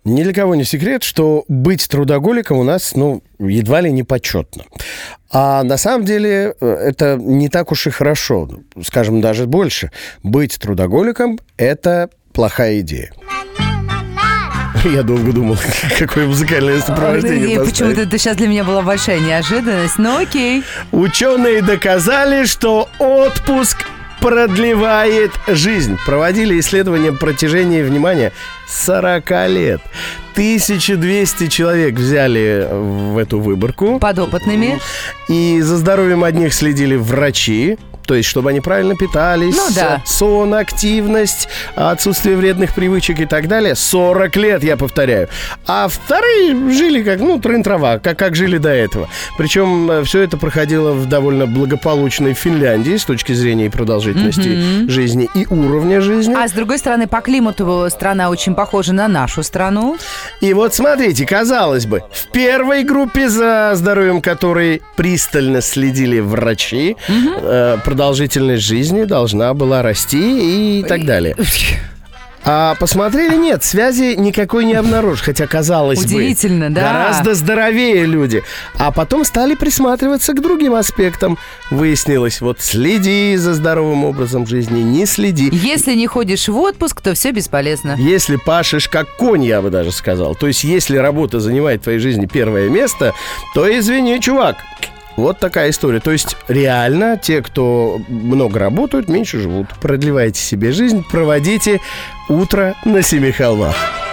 Ни для кого не секрет, что быть трудоголиком у нас, едва ли не почетно. А на самом деле это не так уж и хорошо. Скажем, даже больше. Быть трудоголиком – это плохая идея. Я долго думал, какое музыкальное сопровождение поставить. Почему-то это сейчас для меня была большая неожиданность, но окей. Ученые доказали, что отпуск продлевает жизнь. Проводили исследования на протяжении, внимания, 40 лет. 1200 человек взяли в эту выборку. Подопытными. И за здоровьем одних следили врачи. То есть, чтобы они правильно питались, сон, активность, отсутствие вредных привычек и так далее. 40 лет, я повторяю. А вторые жили как, трын-трава, как жили до этого. Причем все это проходило в довольно благополучной Финляндии с точки зрения и продолжительности жизни, и уровня жизни. А с другой стороны, по климату страна очень похожа на нашу страну. И вот смотрите, казалось бы, в первой группе, за здоровьем которой пристально следили врачи, продолжительность жизни должна была расти и так далее. А посмотрели, нет, связи никакой не обнаружили. Хотя, казалось бы, удивительно, да. Гораздо здоровее люди. А потом стали присматриваться к другим аспектам. Выяснилось, следи за здоровым образом жизни, не следи. Если не ходишь в отпуск, то все бесполезно. Если пашешь как конь, я бы даже сказал. То есть, если работа занимает в твоей жизни первое место, то извини, чувак. Вот такая история. То есть, реально, те, кто много работают, меньше живут. Продлевайте себе жизнь, проводите утро на 7 холмах.